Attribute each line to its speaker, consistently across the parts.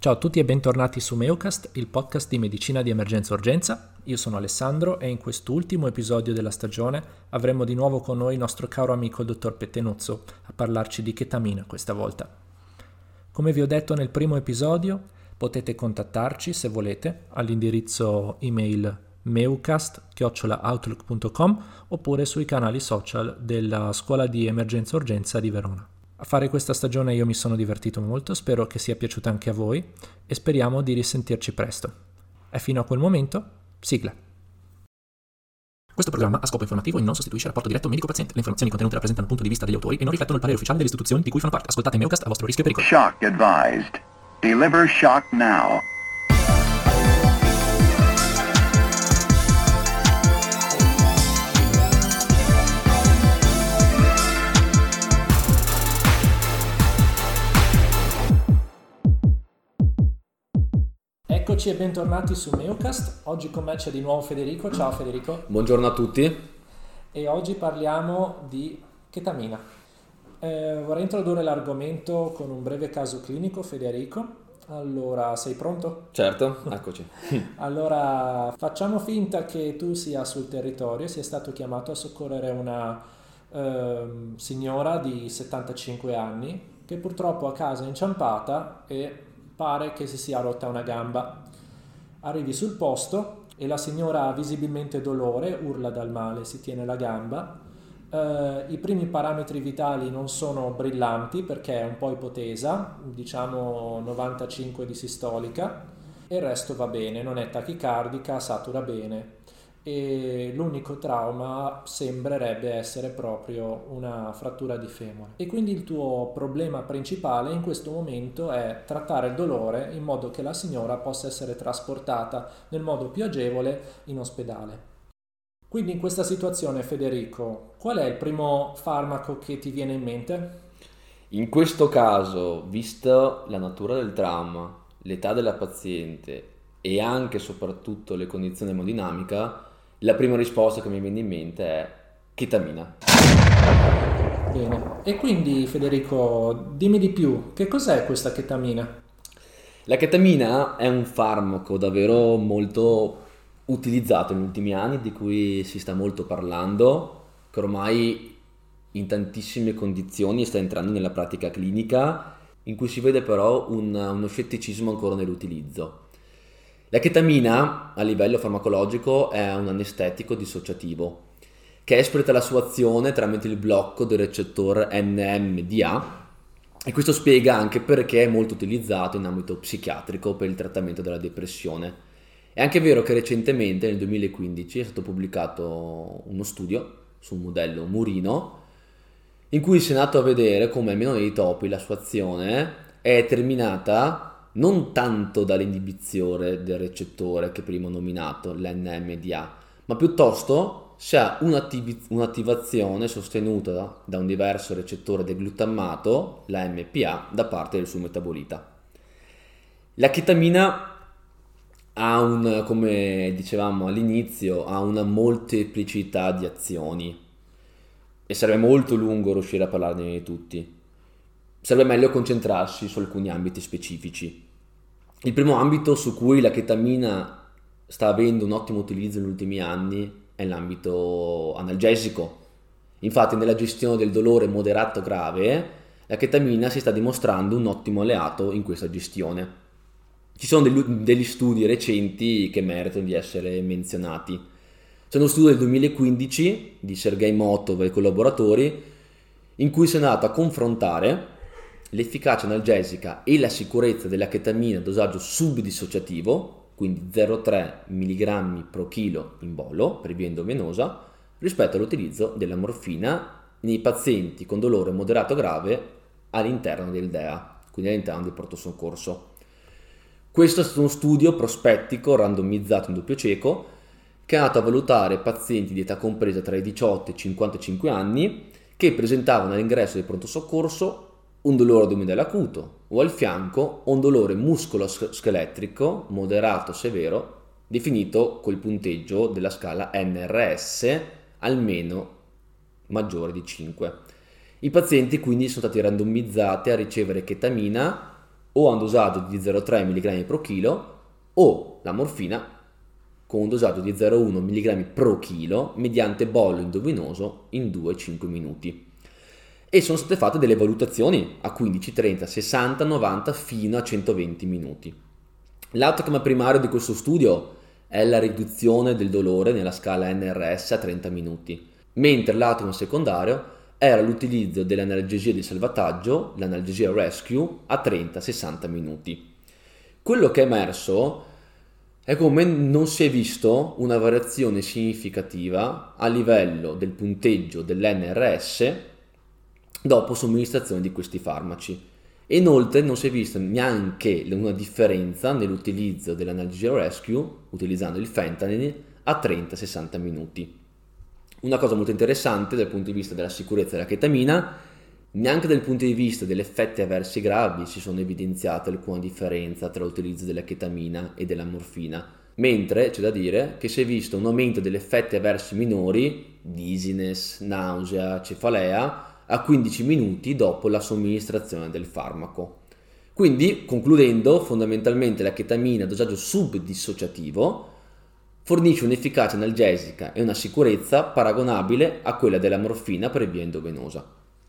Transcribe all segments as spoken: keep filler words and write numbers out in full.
Speaker 1: Ciao a tutti e bentornati su Meucast, il podcast di medicina di emergenza-urgenza. Io sono Alessandro e in quest'ultimo episodio della stagione avremo di nuovo con noi il nostro caro amico il dottor Pettenuzzo a parlarci di chetamina questa volta. Come vi ho detto nel primo episodio, potete contattarci se volete all'indirizzo email meucast chiocciola outlook punto com oppure sui canali social della Scuola di Emergenza-Urgenza di Verona. A fare questa stagione io mi sono divertito molto, spero che sia piaciuta anche a voi e speriamo di risentirci presto. E fino a quel momento, sigla. Questo programma a scopo informativo e non sostituisce il rapporto diretto medico-paziente. Le informazioni contenute rappresentano il punto di vista degli autori e non riflettono il parere ufficiale delle istituzioni di cui fanno parte. Ascoltate Meucast a vostro rischio e pericolo.
Speaker 2: Shock advised. Deliver shock now.
Speaker 1: Eccoci e bentornati su Meucast. Oggi con me c'è di nuovo Federico. Ciao Federico.
Speaker 3: Buongiorno a tutti.
Speaker 1: E oggi parliamo di chetamina. Eh, vorrei introdurre l'argomento con un breve caso clinico, Federico. Allora, sei pronto?
Speaker 3: Certo, eccoci.
Speaker 1: Allora, facciamo finta che tu sia sul territorio e sia stato chiamato a soccorrere una eh, signora di settantacinque anni che purtroppo a casa è inciampata e pare che si sia rotta una gamba. Arrivi sul posto e la signora ha visibilmente dolore, urla dal male, si tiene la gamba. Eh, I primi parametri vitali non sono brillanti perché è un po' ipotesa, diciamo novantacinque di sistolica, e il resto va bene, non è tachicardica, satura bene. E l'unico trauma sembrerebbe essere proprio una frattura di femore. E quindi il tuo problema principale in questo momento è trattare il dolore in modo che la signora possa essere trasportata nel modo più agevole in ospedale. Quindi in questa situazione, Federico, qual è il primo farmaco che ti viene in mente?
Speaker 3: In questo caso, vista la natura del trauma, l'età della paziente e anche e soprattutto le condizioni emodinamica, la prima risposta che mi viene in mente è chetamina.
Speaker 1: Bene, e quindi Federico, dimmi di più, che cos'è questa chetamina?
Speaker 3: La chetamina è un farmaco davvero molto utilizzato negli ultimi anni, di cui si sta molto parlando, che ormai in tantissime condizioni sta entrando nella pratica clinica, in cui si vede però un, uno scetticismo ancora nell'utilizzo. La chetamina a livello farmacologico è un anestetico dissociativo che espleta la sua azione tramite il blocco del recettore N M D A, e questo spiega anche perché è molto utilizzato in ambito psichiatrico per il trattamento della depressione. È anche vero che recentemente nel duemilaquindici è stato pubblicato uno studio su un modello murino in cui si è andato a vedere come almeno nei topi la sua azione è determinata non tanto dall'inibizione del recettore che prima ho nominato, l'N M D A, ma piuttosto se ha un'attiv- un'attivazione sostenuta da un diverso recettore del glutammato, la M P A, da parte del suo metabolita. La chetamina ha un, come dicevamo all'inizio, ha una molteplicità di azioni e sarebbe molto lungo riuscire a parlarne di tutti. Sarebbe meglio concentrarsi su alcuni ambiti specifici. Il primo ambito su cui la chetamina sta avendo un ottimo utilizzo negli ultimi anni è l'ambito analgesico. Infatti nella gestione del dolore moderato grave la chetamina si sta dimostrando un ottimo alleato in questa gestione. Ci sono degli, degli studi recenti che meritano di essere menzionati. C'è uno studio del duemilaquindici di Sergei Motov e collaboratori in cui si è andato a confrontare l'efficacia analgesica e la sicurezza della chetamina a dosaggio subdissociativo, quindi zero virgola tre milligrammi pro chilo in bollo per via endovenosa, rispetto all'utilizzo della morfina nei pazienti con dolore moderato grave all'interno del D E A, quindi all'interno del pronto soccorso. Questo è stato uno studio prospettico randomizzato in doppio cieco che è andato a valutare pazienti di età compresa tra i diciotto e i cinquantacinque anni che presentavano all'ingresso del pronto soccorso un dolore addominale acuto o al fianco un dolore muscolo-scheletrico moderato severo definito col punteggio della scala N R S almeno maggiore di cinque. I pazienti quindi sono stati randomizzati a ricevere chetamina o a un dosaggio di zero virgola tre milligrammi pro chilo o la morfina con un dosaggio di zero virgola uno milligrammi pro chilo mediante bollo endovenoso in due cinque minuti. E sono state fatte delle valutazioni a quindici, trenta, sessanta, novanta fino a centoventi minuti. L'outcome primario di questo studio è la riduzione del dolore nella scala N R S a trenta minuti, mentre l'outcome secondario era l'utilizzo dell'analgesia di salvataggio, l'analgesia rescue, a trenta sessanta minuti. Quello che è emerso è come non si è visto una variazione significativa a livello del punteggio dell'N R S dopo somministrazione di questi farmaci. Inoltre non si è vista neanche una differenza nell'utilizzo dell'analgesia rescue utilizzando il fentanyl a trenta sessanta minuti. Una cosa molto interessante dal punto di vista della sicurezza della chetamina, neanche dal punto di vista degli effetti avversi gravi si sono evidenziate alcuna differenza tra l'utilizzo della chetamina e della morfina, mentre c'è da dire che si è visto un aumento degli effetti avversi minori, dizziness, nausea, cefalea, a quindici minuti dopo la somministrazione del farmaco. Quindi, concludendo, fondamentalmente la chetamina a dosaggio subdissociativo fornisce un'efficacia analgesica e una sicurezza paragonabile a quella della morfina per via endovenosa.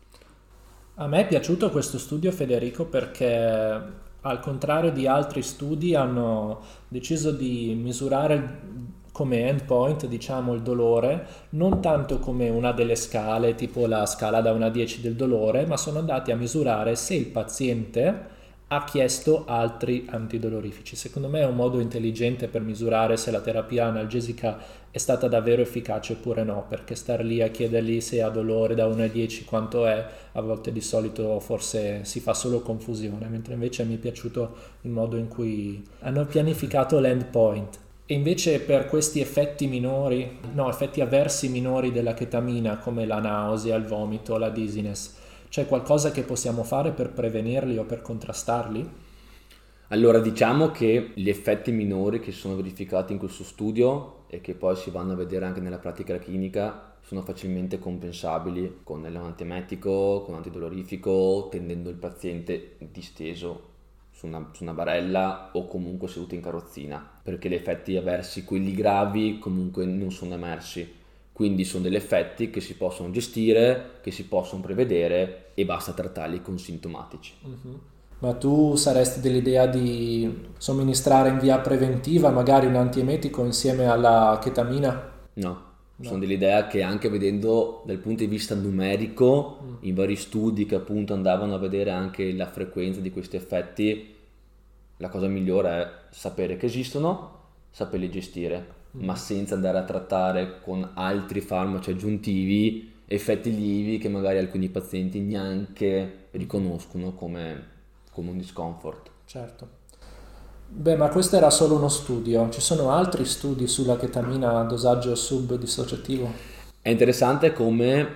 Speaker 1: A me è piaciuto questo studio, Federico, perché al contrario di altri studi hanno deciso di misurare come endpoint, diciamo, il dolore, non tanto come una delle scale, tipo la scala da uno a dieci del dolore, ma sono andati a misurare se il paziente ha chiesto altri antidolorifici. Secondo me è un modo intelligente per misurare se la terapia analgesica è stata davvero efficace oppure no, perché star lì a chiedergli se ha dolore da uno a dieci quanto è, a volte di solito forse si fa solo confusione, mentre invece mi è piaciuto il modo in cui hanno pianificato l'endpoint. E invece per questi effetti minori, no, effetti avversi minori della chetamina, come la nausea, il vomito, la dizziness, c'è qualcosa che possiamo fare per prevenirli o per contrastarli?
Speaker 3: Allora, diciamo che gli effetti minori che sono verificati in questo studio e che poi si vanno a vedere anche nella pratica clinica sono facilmente compensabili con l'antiemetico, con l'antidolorifico, tenendo il paziente disteso su una, su una barella o comunque seduto in carrozzina, perché gli effetti avversi, quelli gravi, comunque non sono emersi. Quindi sono degli effetti che si possono gestire, che si possono prevedere e basta trattarli con sintomatici.
Speaker 1: Uh-huh. Ma tu saresti dell'idea di somministrare in via preventiva magari un antiemetico insieme alla chetamina?
Speaker 3: No, no. Sono dell'idea che anche vedendo dal punto di vista numerico, mm. in vari studi che appunto andavano a vedere anche la frequenza di questi effetti, la cosa migliore è sapere che esistono, saperli gestire, mm. ma senza andare a trattare con altri farmaci aggiuntivi effetti lievi che magari alcuni pazienti neanche riconoscono come, come un discomfort.
Speaker 1: Certo. Beh, ma questo era solo uno studio. Ci sono altri studi sulla chetamina a dosaggio subdissociativo?
Speaker 3: È interessante come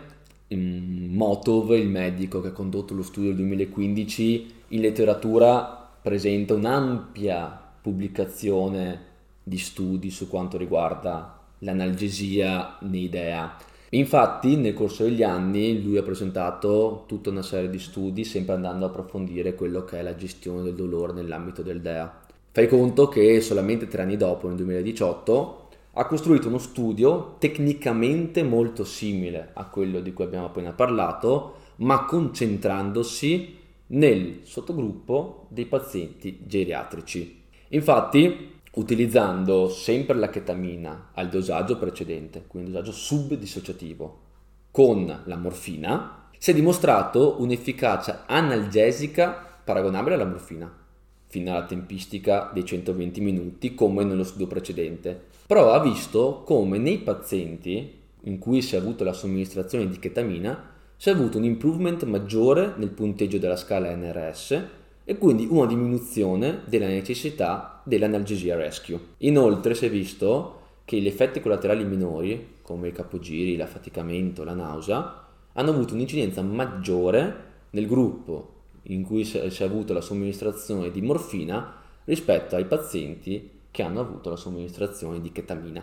Speaker 3: Motov, il medico che ha condotto lo studio del duemilaquindici, in letteratura presenta un'ampia pubblicazione di studi su quanto riguarda l'analgesia nei D E A. Infatti nel corso degli anni lui ha presentato tutta una serie di studi sempre andando a approfondire quello che è la gestione del dolore nell'ambito del D E A. Fai conto che solamente tre anni dopo, nel duemiladiciotto, ha costruito uno studio tecnicamente molto simile a quello di cui abbiamo appena parlato, ma concentrandosi nel sottogruppo dei pazienti geriatrici. Infatti, utilizzando sempre la chetamina al dosaggio precedente, quindi dosaggio subdissociativo, con la morfina, si è dimostrato un'efficacia analgesica paragonabile alla morfina, fino alla tempistica dei centoventi minuti, come nello studio precedente. Però ha visto come nei pazienti in cui si è avuto la somministrazione di chetamina si è avuto un improvement maggiore nel punteggio della scala N R S e quindi una diminuzione della necessità dell'analgesia rescue. Inoltre si è visto che gli effetti collaterali minori, come i capogiri, l'affaticamento, la nausea, hanno avuto un'incidenza maggiore nel gruppo in cui si è avuto la somministrazione di morfina rispetto ai pazienti che hanno avuto la somministrazione di chetamina.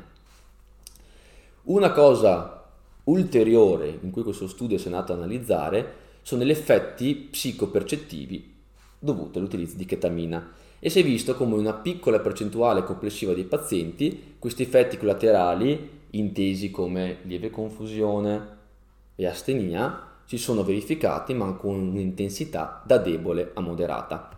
Speaker 3: Una cosa ulteriore in cui questo studio si è andato a analizzare sono gli effetti psicopercettivi dovute all'utilizzo di chetamina e si è visto come una piccola percentuale complessiva dei pazienti questi effetti collaterali, intesi come lieve confusione e astenia, si sono verificati ma con un'intensità da debole a moderata.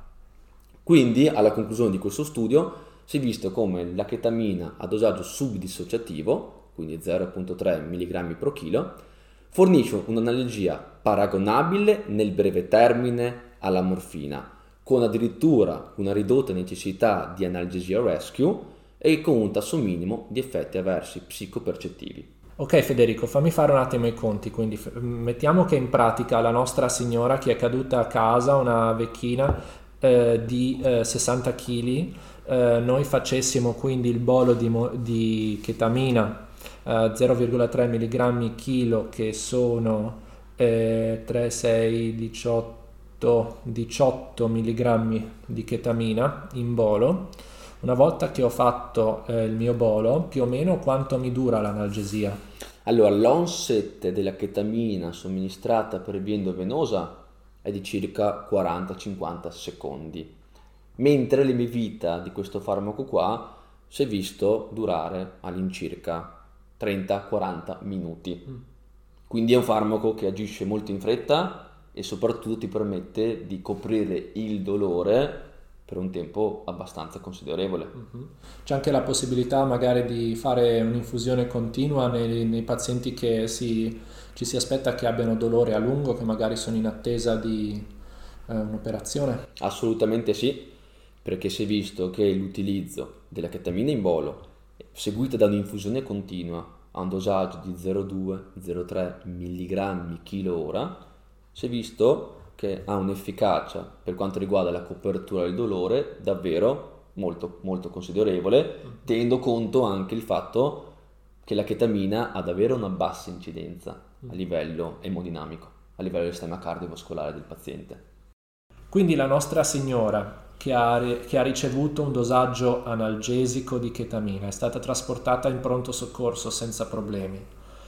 Speaker 3: Quindi, alla conclusione di questo studio, si è visto come la chetamina a dosaggio subdissociativo, quindi zero virgola tre milligrammi per chilo, fornisce un'analgesia paragonabile nel breve termine alla morfina, con addirittura una ridotta necessità di analgesia rescue e con un tasso minimo di effetti avversi psicopercettivi.
Speaker 1: Ok Federico, fammi fare un attimo i conti, quindi f- mettiamo che in pratica la nostra signora che è caduta a casa, una vecchina eh, di eh, sessanta chili, eh, noi facessimo quindi il bolo di, mo- di chetamina eh, zero virgola tre milligrammi chilo che sono eh, tre, sei, diciotto, diciotto milligrammi di chetamina in bolo. Una volta che ho fatto eh, il mio bolo, più o meno quanto mi dura l'analgesia?
Speaker 3: Allora, l'onset della chetamina somministrata per via endovenosa è di circa quaranta cinquanta secondi, mentre l'emivita di questo farmaco qua si è visto durare all'incirca trenta quaranta minuti. Mm. Quindi è un farmaco che agisce molto in fretta e soprattutto ti permette di coprire il dolore per un tempo abbastanza considerevole.
Speaker 1: Mm-hmm. C'è anche la possibilità magari di fare un'infusione continua nei, nei pazienti che si, ci si aspetta che abbiano dolore a lungo, che magari sono in attesa di eh, un'operazione?
Speaker 3: Assolutamente sì, perché si è visto che l'utilizzo della chetamina in bolo, seguita da un'infusione continua a un dosaggio di zero virgola due zero virgola tre milligrammi chilo ora, si è visto che ha un'efficacia per quanto riguarda la copertura del dolore davvero molto, molto considerevole, tenendo conto anche il fatto che la chetamina ha davvero una bassa incidenza a livello emodinamico, a livello del sistema cardiovascolare del paziente.
Speaker 1: Quindi la nostra signora che ha, che ha ricevuto un dosaggio analgesico di chetamina è stata trasportata in pronto soccorso senza problemi.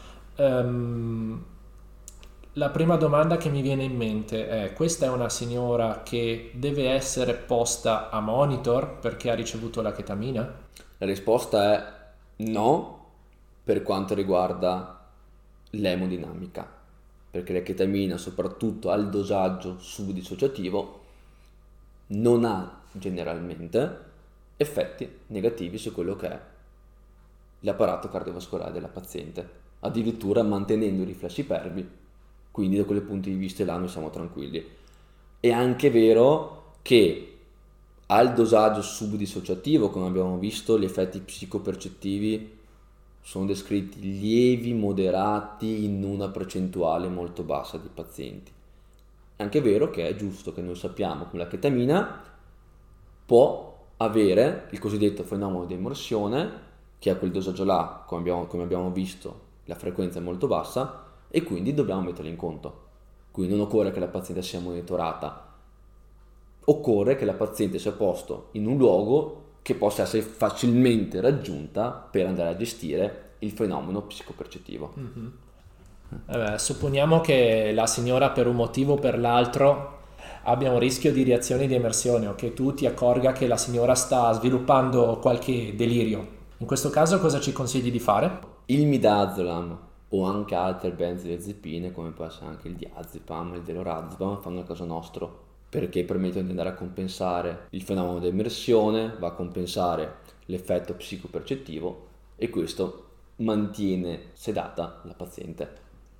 Speaker 1: Um, La prima domanda che mi viene in mente è: questa è una signora che deve essere posta a monitor perché ha ricevuto la chetamina?
Speaker 3: La risposta è no per quanto riguarda l'emodinamica, perché la chetamina, soprattutto al dosaggio subdissociativo, non ha generalmente effetti negativi su quello che è l'apparato cardiovascolare della paziente, addirittura mantenendo i riflessi iperbi. Quindi da quel punto di vista là noi siamo tranquilli. È anche vero che al dosaggio subdissociativo, come abbiamo visto, gli effetti psicopercettivi sono descritti lievi, moderati, in una percentuale molto bassa di pazienti. È anche vero che è giusto che noi sappiamo che la chetamina può avere il cosiddetto fenomeno di immersione, che a quel dosaggio là, come abbiamo, come abbiamo visto, la frequenza è molto bassa, e quindi dobbiamo metterlo in conto. Quindi non occorre che la paziente sia monitorata, occorre che la paziente sia posto in un luogo che possa essere facilmente raggiunta per andare a gestire il fenomeno psicopercettivo.
Speaker 1: Mm-hmm. Eh beh, supponiamo che la signora per un motivo o per l'altro abbia un rischio di reazione di emersione o che tu ti accorga che la signora sta sviluppando qualche delirio. In questo caso cosa ci consigli di fare?
Speaker 3: Il midazolam o anche altre benzodiazepine, come può essere anche il diazepam e il delorazepam, fanno il caso nostro, perché permettono di andare a compensare il fenomeno di immersione, va a compensare l'effetto psicopercettivo e questo mantiene sedata la paziente.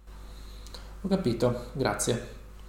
Speaker 1: Ho capito, grazie.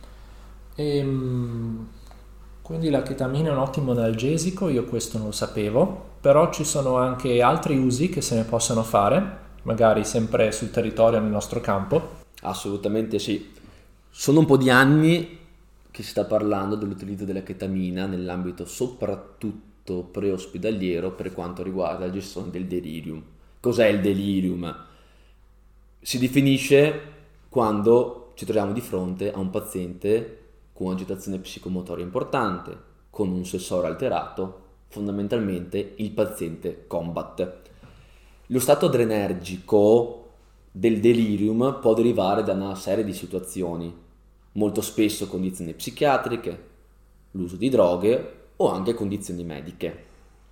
Speaker 1: Ehm, quindi la chetamina è un ottimo analgesico, io questo non lo sapevo, però ci sono anche altri usi che se ne possono fare, magari sempre sul territorio nel nostro campo?
Speaker 3: Assolutamente sì. Sono un po' di anni che si sta parlando dell'utilizzo della chetamina nell'ambito soprattutto preospedaliero per quanto riguarda la gestione del delirium. Cos'è il delirium? Si definisce quando ci troviamo di fronte a un paziente con agitazione psicomotoria importante, con un sensore alterato, fondamentalmente il paziente combat. Lo stato adrenergico del delirium può derivare da una serie di situazioni, molto spesso condizioni psichiatriche, l'uso di droghe o anche condizioni mediche.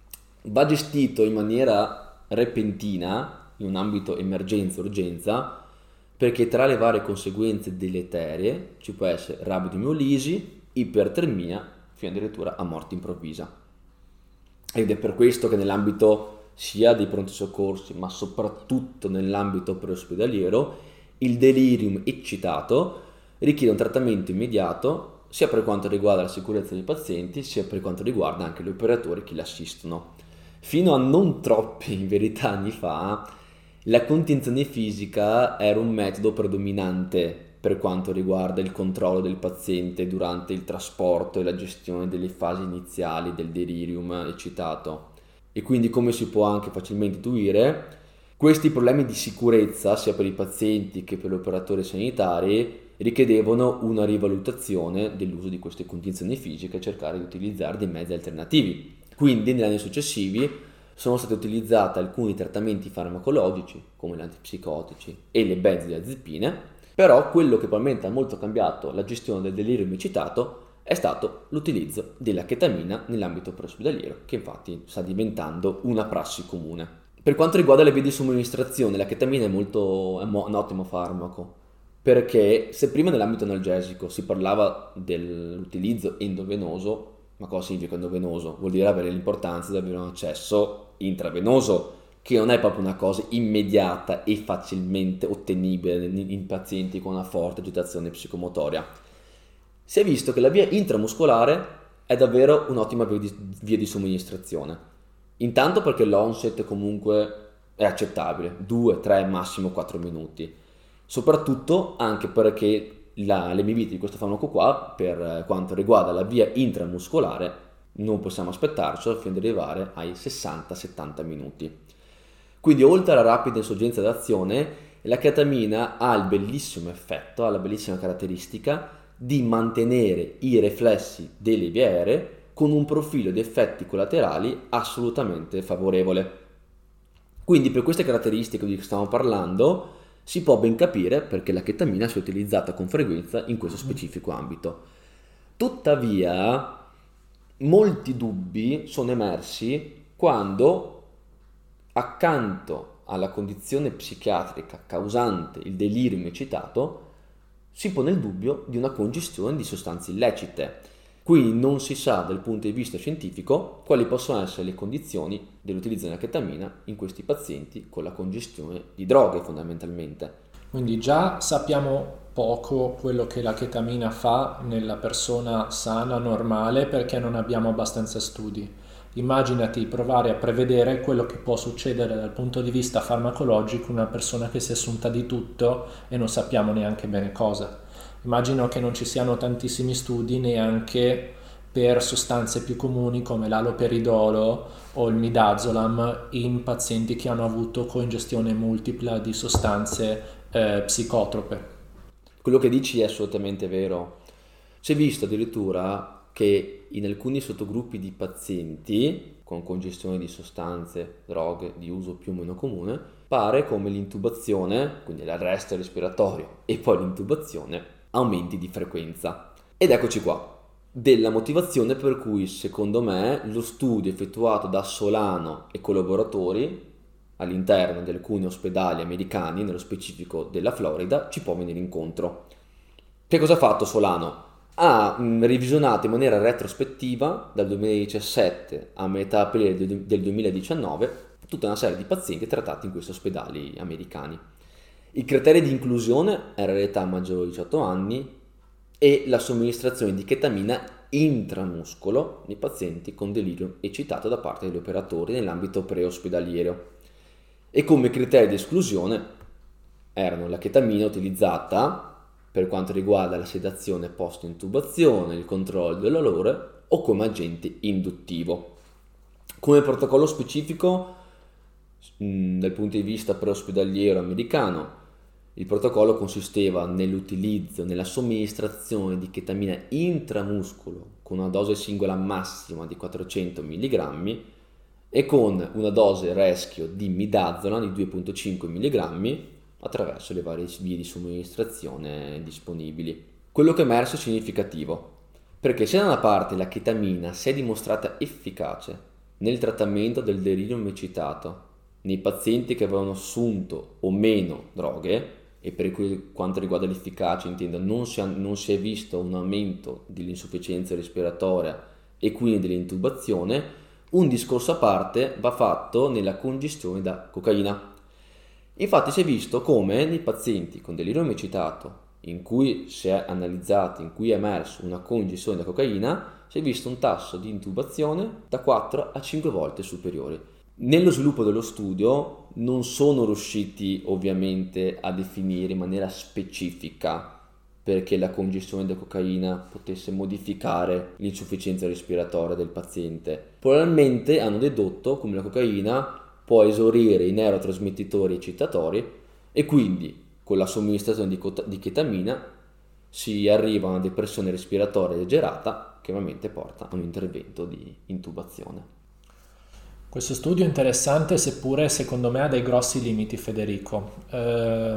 Speaker 3: Va gestito in maniera repentina, in un ambito emergenza-urgenza, perché tra le varie conseguenze deleterie ci può essere rabdomiolisisi, ipertermia, fino addirittura a morte improvvisa. Ed è per questo che nell'ambito sia dei pronti soccorsi, ma soprattutto nell'ambito preospedaliero, il delirium eccitato richiede un trattamento immediato, sia per quanto riguarda la sicurezza dei pazienti, sia per quanto riguarda anche gli operatori che li assistono. Fino a non troppi, in verità, anni fa, la contenzione fisica era un metodo predominante per quanto riguarda il controllo del paziente durante il trasporto e la gestione delle fasi iniziali del delirium eccitato. E quindi, come si può anche facilmente intuire, questi problemi di sicurezza, sia per i pazienti che per gli operatori sanitari, richiedevano una rivalutazione dell'uso di queste condizioni fisiche e cercare di utilizzare dei mezzi alternativi. Quindi negli anni successivi sono stati utilizzati alcuni trattamenti farmacologici come gli antipsicotici e le benzodiazepine, però quello che probabilmente ha molto cambiato la gestione del delirio eccitato è stato l'utilizzo della chetamina nell'ambito preospedaliero, che infatti sta diventando una prassi comune. Per quanto riguarda le vie di somministrazione, la chetamina è, molto, è mo, un ottimo farmaco, perché se prima nell'ambito analgesico si parlava dell'utilizzo endovenoso, ma cosa significa endovenoso? Vuol dire avere l'importanza di avere un accesso intravenoso, che non è proprio una cosa immediata e facilmente ottenibile in pazienti con una forte agitazione psicomotoria. Si è visto che la via intramuscolare è davvero un'ottima via di, via di somministrazione. Intanto perché l'onset comunque è accettabile, due, tre, massimo quattro minuti. Soprattutto anche perché la, l'emivite di questo farmaco qua, per quanto riguarda la via intramuscolare, non possiamo aspettarci fino ad arrivare ai sessanta settanta minuti. Quindi oltre alla rapida insorgenza d'azione, la chetamina ha il bellissimo effetto, ha la bellissima caratteristica di mantenere i riflessi delle vie aeree con un profilo di effetti collaterali assolutamente favorevole. Quindi per queste caratteristiche di cui stiamo parlando si può ben capire perché la chetamina sia utilizzata con frequenza in questo specifico ambito. Tuttavia, molti dubbi sono emersi quando, accanto alla condizione psichiatrica causante il delirium eccitato, si pone il dubbio di una congestione di sostanze illecite. Quindi non si sa dal punto di vista scientifico quali possono essere le condizioni dell'utilizzo della chetamina in questi pazienti con la congestione di droghe fondamentalmente.
Speaker 1: Quindi già sappiamo poco quello che la chetamina fa nella persona sana, normale, perché non abbiamo abbastanza studi. Immaginati provare a prevedere quello che può succedere dal punto di vista farmacologico una persona che si è assunta di tutto e non sappiamo neanche bene cosa. Immagino che non ci siano tantissimi studi neanche per sostanze più comuni come l'aloperidolo o il midazolam in pazienti che hanno avuto coingestione multipla di sostanze eh, psicotrope.
Speaker 3: Quello che dici è assolutamente vero. Si è visto addirittura che in alcuni sottogruppi di pazienti con congestione di sostanze, droghe di uso più o meno comune, pare come l'intubazione, quindi l'arresto respiratorio e poi l'intubazione, aumenti di frequenza. Ed eccoci qua, della motivazione per cui secondo me lo studio effettuato da Solano e collaboratori all'interno di alcuni ospedali americani, nello specifico della Florida, ci può venire incontro. Che cosa ha fatto Solano? Ha mh, revisionato in maniera retrospettiva dal duemiladiciassette a metà aprile del, del duemiladiciannove tutta una serie di pazienti trattati in questi ospedali americani. Il criterio di inclusione era l'età maggiore di diciotto anni e la somministrazione di chetamina intramuscolo nei pazienti con delirio eccitato da parte degli operatori nell'ambito preospedaliero. E come criteri di esclusione erano la chetamina utilizzata per quanto riguarda la sedazione post-intubazione, il controllo del dolore o come agente induttivo. Come protocollo specifico, mh, dal punto di vista preospedaliero americano, il protocollo consisteva nell'utilizzo, nella somministrazione di chetamina intramuscolo con una dose singola massima di quattrocento milligrammi e con una dose reschio di midazolam di due virgola cinque milligrammi attraverso le varie vie di somministrazione disponibili. Quello che è emerso è significativo. Perché se da una parte la chetamina si è dimostrata efficace nel trattamento del delirio mecitato nei pazienti che avevano assunto o meno droghe, e per cui quanto riguarda l'efficacia intendo non si, non si è visto un aumento dell'insufficienza respiratoria e quindi dell'intubazione, un discorso a parte va fatto nella congestione da cocaina. Infatti si è visto come nei pazienti con delirio mecitato in cui si è analizzato, in cui è emerso una congestione da cocaina, si è visto un tasso di intubazione da quattro a cinque volte superiori. Nello sviluppo dello studio non sono riusciti ovviamente a definire in maniera specifica perché la congestione da cocaina potesse modificare l'insufficienza respiratoria del paziente. Probabilmente hanno dedotto come la cocaina può esaurire i neurotrasmettitori eccitatori e quindi con la somministrazione di, cot- di chetamina si arriva a una depressione respiratoria esagerata che ovviamente porta a un intervento di intubazione.
Speaker 1: Questo studio è interessante, seppure secondo me ha dei grossi limiti, Federico. Eh,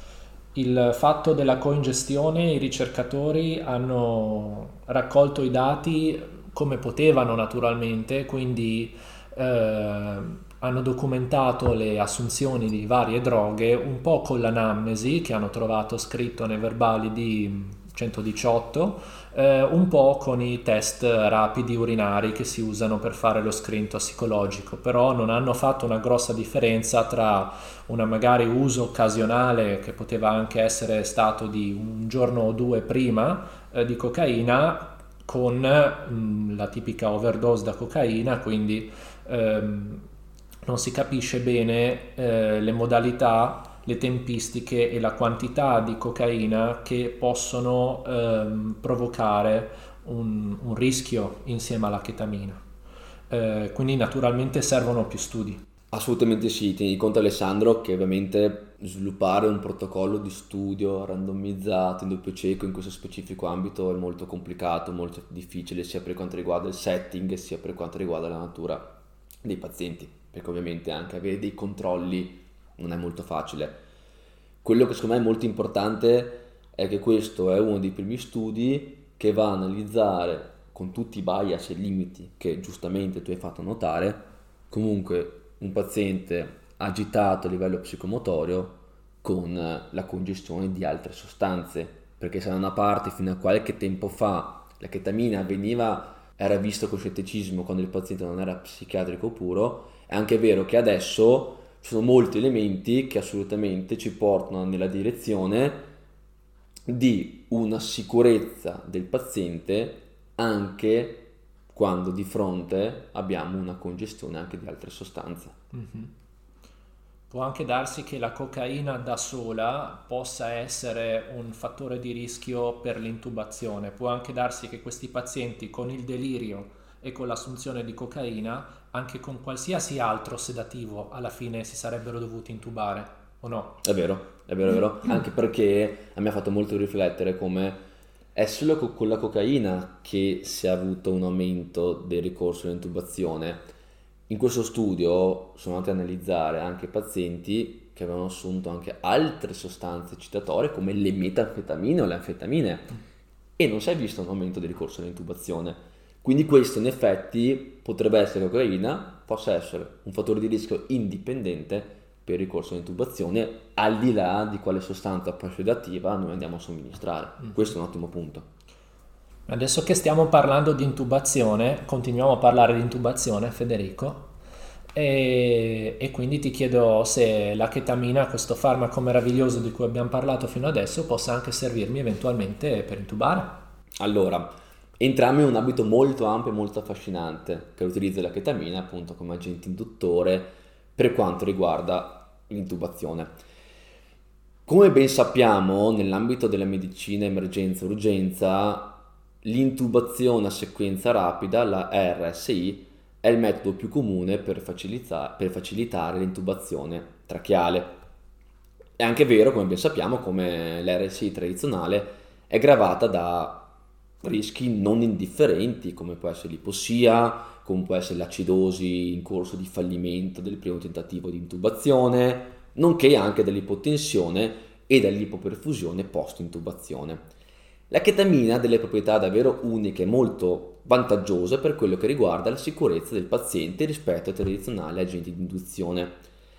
Speaker 1: il fatto della coingestione, i ricercatori hanno raccolto i dati come potevano naturalmente, quindi eh, hanno documentato le assunzioni di varie droghe un po' con l'anamnesi che hanno trovato scritto nei verbali di centodiciotto, eh, un po' con i test rapidi urinari che si usano per fare lo screen tossicologico, però non hanno fatto una grossa differenza tra una magari uso occasionale che poteva anche essere stato di un giorno o due prima eh, di cocaina con mh, la tipica overdose da cocaina, quindi ehm, non si capisce bene eh, le modalità, le tempistiche e la quantità di cocaina che possono ehm, provocare un, un rischio insieme alla chetamina. Eh, quindi naturalmente servono più studi.
Speaker 3: Assolutamente sì, tieni conto Alessandro che ovviamente sviluppare un protocollo di studio randomizzato in doppio cieco in questo specifico ambito è molto complicato, molto difficile sia per quanto riguarda il setting sia per quanto riguarda la natura dei pazienti, perché ovviamente anche avere dei controlli non è molto facile. Quello che secondo me è molto importante è che questo è uno dei primi studi che va a analizzare con tutti i bias e limiti che giustamente tu hai fatto notare, comunque un paziente agitato a livello psicomotorio con la congestione di altre sostanze, perché se da una parte fino a qualche tempo fa la chetamina veniva, era visto con scetticismo quando il paziente non era psichiatrico puro, è anche vero che adesso ci sono molti elementi che assolutamente ci portano nella direzione di una sicurezza del paziente anche quando di fronte abbiamo una congestione anche di altre sostanze.
Speaker 1: Mm-hmm. Può anche darsi che la cocaina da sola possa essere un fattore di rischio per l'intubazione, può anche darsi che questi pazienti con il delirio e con l'assunzione di cocaina, anche con qualsiasi altro sedativo, alla fine si sarebbero dovuti intubare, o no?
Speaker 3: È vero, è vero, è vero, anche perché a me ha fatto molto riflettere come è solo con la cocaina che si è avuto un aumento del ricorso all'intubazione. In questo studio sono andati a analizzare anche pazienti che avevano assunto anche altre sostanze eccitatorie come le metanfetamine o le anfetamine e non si è visto un aumento del ricorso all'intubazione. Quindi questo in effetti potrebbe essere che la cocaina possa essere un fattore di rischio indipendente per il ricorso all'intubazione al di là di quale sostanza sedativa noi andiamo a somministrare. Mm. Questo è un ottimo punto.
Speaker 1: Adesso che stiamo parlando di intubazione, continuiamo a parlare di intubazione, Federico, e, e quindi ti chiedo se la chetamina, questo farmaco meraviglioso di cui abbiamo parlato fino adesso, possa anche servirmi eventualmente per intubare.
Speaker 3: Allora, entriamo in un ambito molto ampio e molto affascinante, che è l'utilizzo della chetamina appunto come agente induttore per quanto riguarda l'intubazione. Come ben sappiamo, nell'ambito della medicina emergenza-urgenza, l'intubazione a sequenza rapida, la R S I, è il metodo più comune per, facilita- per facilitare l'intubazione tracheale. È anche vero, come ben sappiamo, come l'R S I tradizionale è gravata da rischi non indifferenti, come può essere l'ipossia, come può essere l'acidosi in corso di fallimento del primo tentativo di intubazione, nonché anche dell'ipotensione e dell'ipoperfusione post-intubazione. La chetamina ha delle proprietà davvero uniche e molto vantaggiose per quello che riguarda la sicurezza del paziente rispetto ai tradizionali agenti di induzione.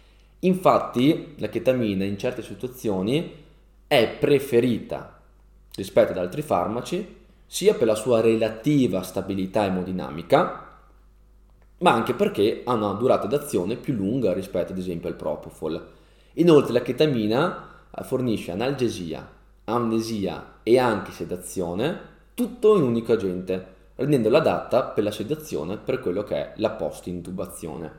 Speaker 3: Infatti, la chetamina in certe situazioni è preferita rispetto ad altri farmaci, sia per la sua relativa stabilità emodinamica, ma anche perché ha una durata d'azione più lunga rispetto ad esempio al propofol. Inoltre la chetamina fornisce analgesia, amnesia e anche sedazione, tutto in un unico agente, rendendola adatta per la sedazione per quello che è la post-intubazione.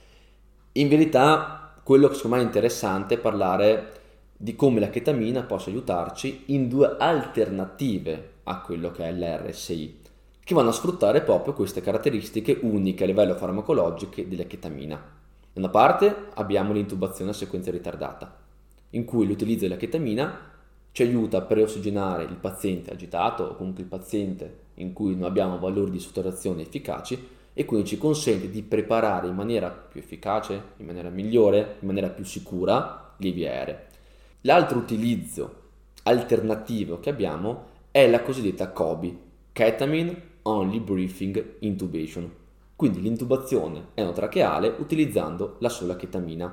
Speaker 3: In verità, quello che secondo me è interessante è parlare di come la chetamina possa aiutarci in due alternative a quello che è l'R S I, che vanno a sfruttare proprio queste caratteristiche uniche a livello farmacologico della chetamina. Da una parte abbiamo l'intubazione a sequenza ritardata, in cui l'utilizzo della chetamina ci aiuta a preossigenare il paziente agitato o comunque il paziente in cui non abbiamo valori di saturazione efficaci e quindi ci consente di preparare in maniera più efficace, in maniera migliore, in maniera più sicura l'I V R. L'altro utilizzo alternativo che abbiamo è la cosiddetta C O B I, Ketamine Only Breathing Intubation, quindi l'intubazione enotracheale utilizzando la sola chetamina,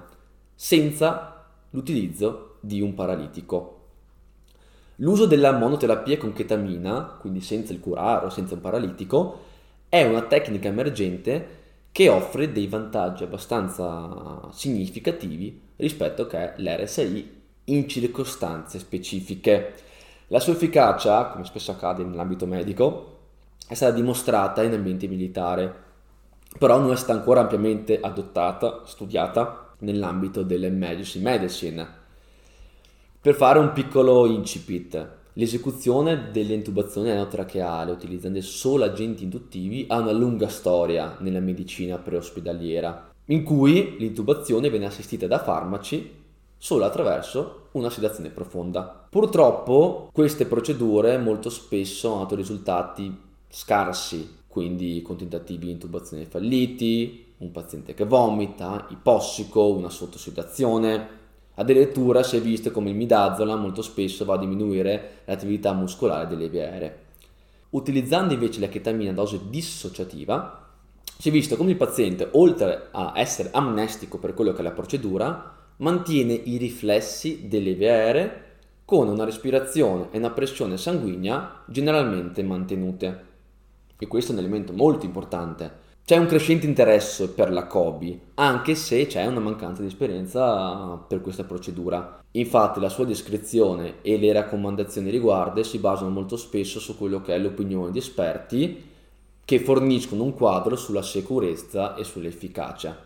Speaker 3: senza l'utilizzo di un paralitico. L'uso della monoterapia con chetamina, quindi senza il curare o senza un paralitico, è una tecnica emergente che offre dei vantaggi abbastanza significativi rispetto che l'R S I in circostanze specifiche. La sua efficacia, come spesso accade nell'ambito medico, è stata dimostrata in ambiente militare, però non è stata ancora ampiamente adottata, studiata nell'ambito dell'emergency medicine. Per fare un piccolo incipit, l'esecuzione dell'intubazione enotracheale utilizzando solo agenti induttivi ha una lunga storia nella medicina preospedaliera, in cui l'intubazione viene assistita da farmaci solo attraverso una sedazione profonda. Purtroppo queste procedure molto spesso hanno dato risultati scarsi, quindi con tentativi di intubazione falliti, un paziente che vomita, ipossico, una sottosedazione. Addirittura si è visto come il midazolam molto spesso va a diminuire l'attività muscolare delle V R. Utilizzando invece la chetamina a dose dissociativa, si è visto come il paziente, oltre a essere amnestico per quello che è la procedura, mantiene i riflessi delle V R con una respirazione e una pressione sanguigna generalmente mantenute. E questo è un elemento molto importante. C'è un crescente interesse per la C O B I, anche se c'è una mancanza di esperienza per questa procedura. Infatti la sua descrizione e le raccomandazioni riguardo si basano molto spesso su quello che è l'opinione di esperti che forniscono un quadro sulla sicurezza e sull'efficacia.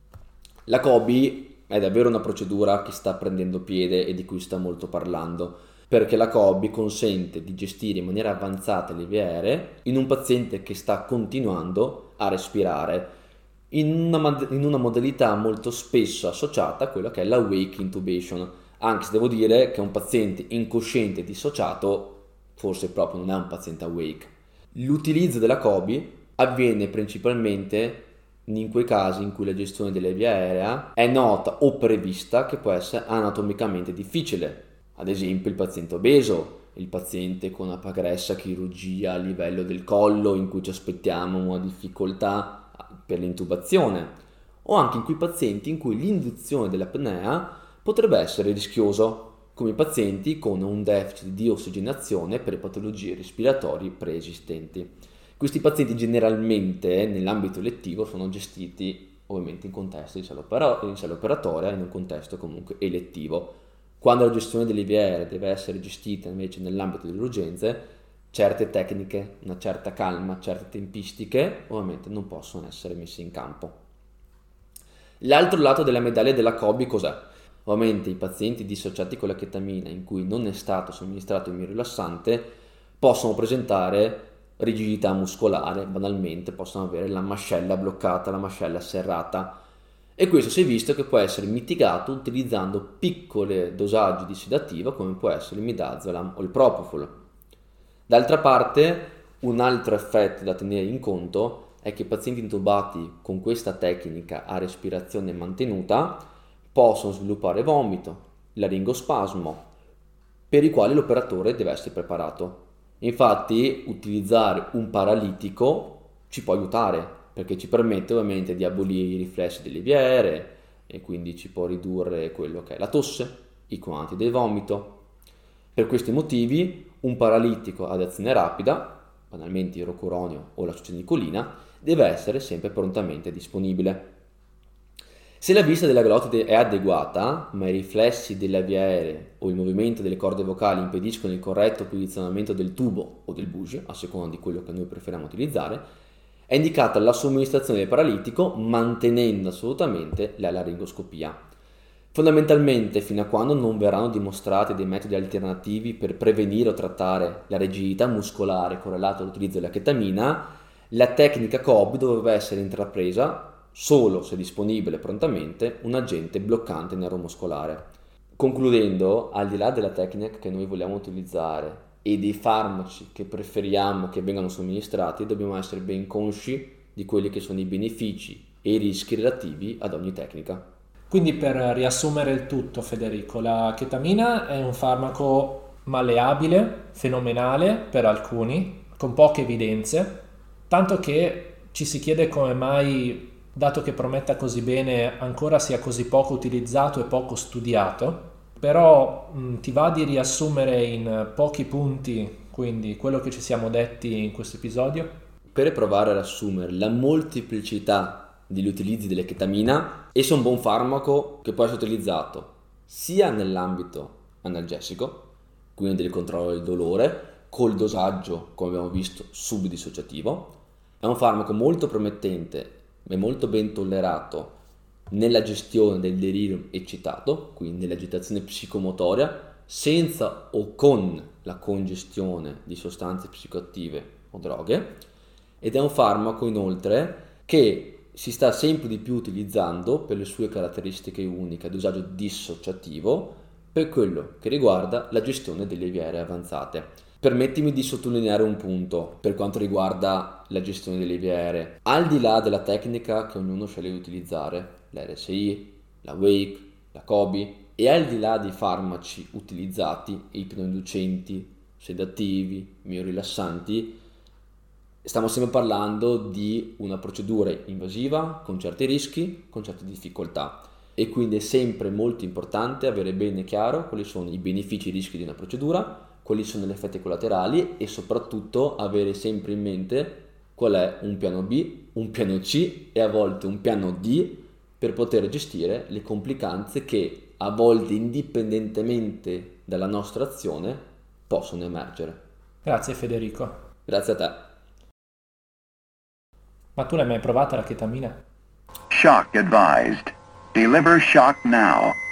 Speaker 3: La C O B I è davvero una procedura che sta prendendo piede e di cui sta molto parlando, perché la C O B I consente di gestire in maniera avanzata le V R in un paziente che sta continuando a respirare in una, in una modalità molto spesso associata a quella che è la wake intubation, anche se devo dire che un paziente incosciente e dissociato forse proprio non è un paziente awake. L'utilizzo della C O B I avviene principalmente in quei casi in cui la gestione della via aerea è nota o prevista che può essere anatomicamente difficile, ad esempio il paziente obeso, il paziente con una pagressa chirurgia a livello del collo in cui ci aspettiamo una difficoltà per l'intubazione, o anche in quei pazienti in cui l'induzione dell'apnea potrebbe essere rischioso, come i pazienti con un deficit di ossigenazione per patologie respiratorie preesistenti. Questi pazienti generalmente nell'ambito elettivo sono gestiti ovviamente in contesto di sala opera- in sala operatoria, in un contesto comunque elettivo. Quando la gestione delle V R deve essere gestita invece nell'ambito delle urgenze, certe tecniche, una certa calma, certe tempistiche ovviamente non possono essere messe in campo. L'altro lato della medaglia della C O B I cos'è? Ovviamente i pazienti dissociati con la chetamina in cui non è stato somministrato il rilassante possono presentare rigidità muscolare, banalmente possono avere la mascella bloccata, la mascella serrata, e questo si è visto che può essere mitigato utilizzando piccole dosaggi di sedativo come può essere il midazolam o il propofol. D'altra parte, un altro effetto da tenere in conto è che i pazienti intubati con questa tecnica a respirazione mantenuta possono sviluppare vomito, laringospasmo, per i quali l'operatore deve essere preparato. Infatti utilizzare un paralitico ci può aiutare perché ci permette ovviamente di abolire i riflessi delle V R e quindi ci può ridurre quello che è la tosse, i coati del vomito. Per questi motivi un paralitico ad azione rapida, banalmente il rocuronio o la succinicolina, deve essere sempre prontamente disponibile. Se la vista della glottide è adeguata, ma i riflessi della via aerea o il movimento delle corde vocali impediscono il corretto posizionamento del tubo o del bugie, a seconda di quello che noi preferiamo utilizzare, è indicata la somministrazione del paralitico mantenendo assolutamente la laringoscopia. Fondamentalmente, fino a quando non verranno dimostrati dei metodi alternativi per prevenire o trattare la rigidità muscolare correlata all'utilizzo della chetamina, la tecnica C O B dovrebbe essere intrapresa solo se disponibile prontamente un agente bloccante neuromuscolare. Concludendo, al di là della tecnica che noi vogliamo utilizzare e dei farmaci che preferiamo che vengano somministrati, dobbiamo essere ben consci di quelli che sono i benefici e i rischi relativi ad ogni tecnica.
Speaker 1: Quindi, per riassumere il tutto, Federico, la chetamina è un farmaco malleabile, fenomenale per alcuni, con poche evidenze, tanto che ci si chiede come mai, dato che prometta così bene, ancora sia così poco utilizzato e poco studiato. Però mh, ti va di riassumere in pochi punti, quindi, quello che ci siamo detti in questo episodio?
Speaker 3: Per provare a riassumere la molteplicità degli utilizzi della chetamina, esso è un buon farmaco che può essere utilizzato sia nell'ambito analgesico, quindi del controllo del dolore, col dosaggio, come abbiamo visto, subdissociativo. È un farmaco molto promettente e molto ben tollerato nella gestione del delirium eccitato, quindi nell'agitazione psicomotoria, senza o con la congestione di sostanze psicoattive o droghe, ed è un farmaco inoltre che si sta sempre di più utilizzando per le sue caratteristiche uniche ad usaggio dissociativo per quello che riguarda la gestione delle V R avanzate. Permettimi di sottolineare un punto per quanto riguarda la gestione delle V R. Al di là della tecnica che ognuno sceglie di utilizzare, l'R S I, la Wake, la C O B I, e al di là dei farmaci utilizzati, ipnoinducenti, sedativi, miorilassanti, stiamo sempre parlando di una procedura invasiva con certi rischi, con certe difficoltà, e quindi è sempre molto importante avere bene chiaro quali sono i benefici e i rischi di una procedura, quali sono gli effetti collaterali e soprattutto avere sempre in mente qual è un piano B, un piano C e a volte un piano D per poter gestire le complicanze che a volte indipendentemente dalla nostra azione possono emergere.
Speaker 1: Grazie Federico.
Speaker 3: Grazie a te.
Speaker 1: Ma tu l'hai mai provata la chetamina?
Speaker 2: Shock advised. Deliver shock now.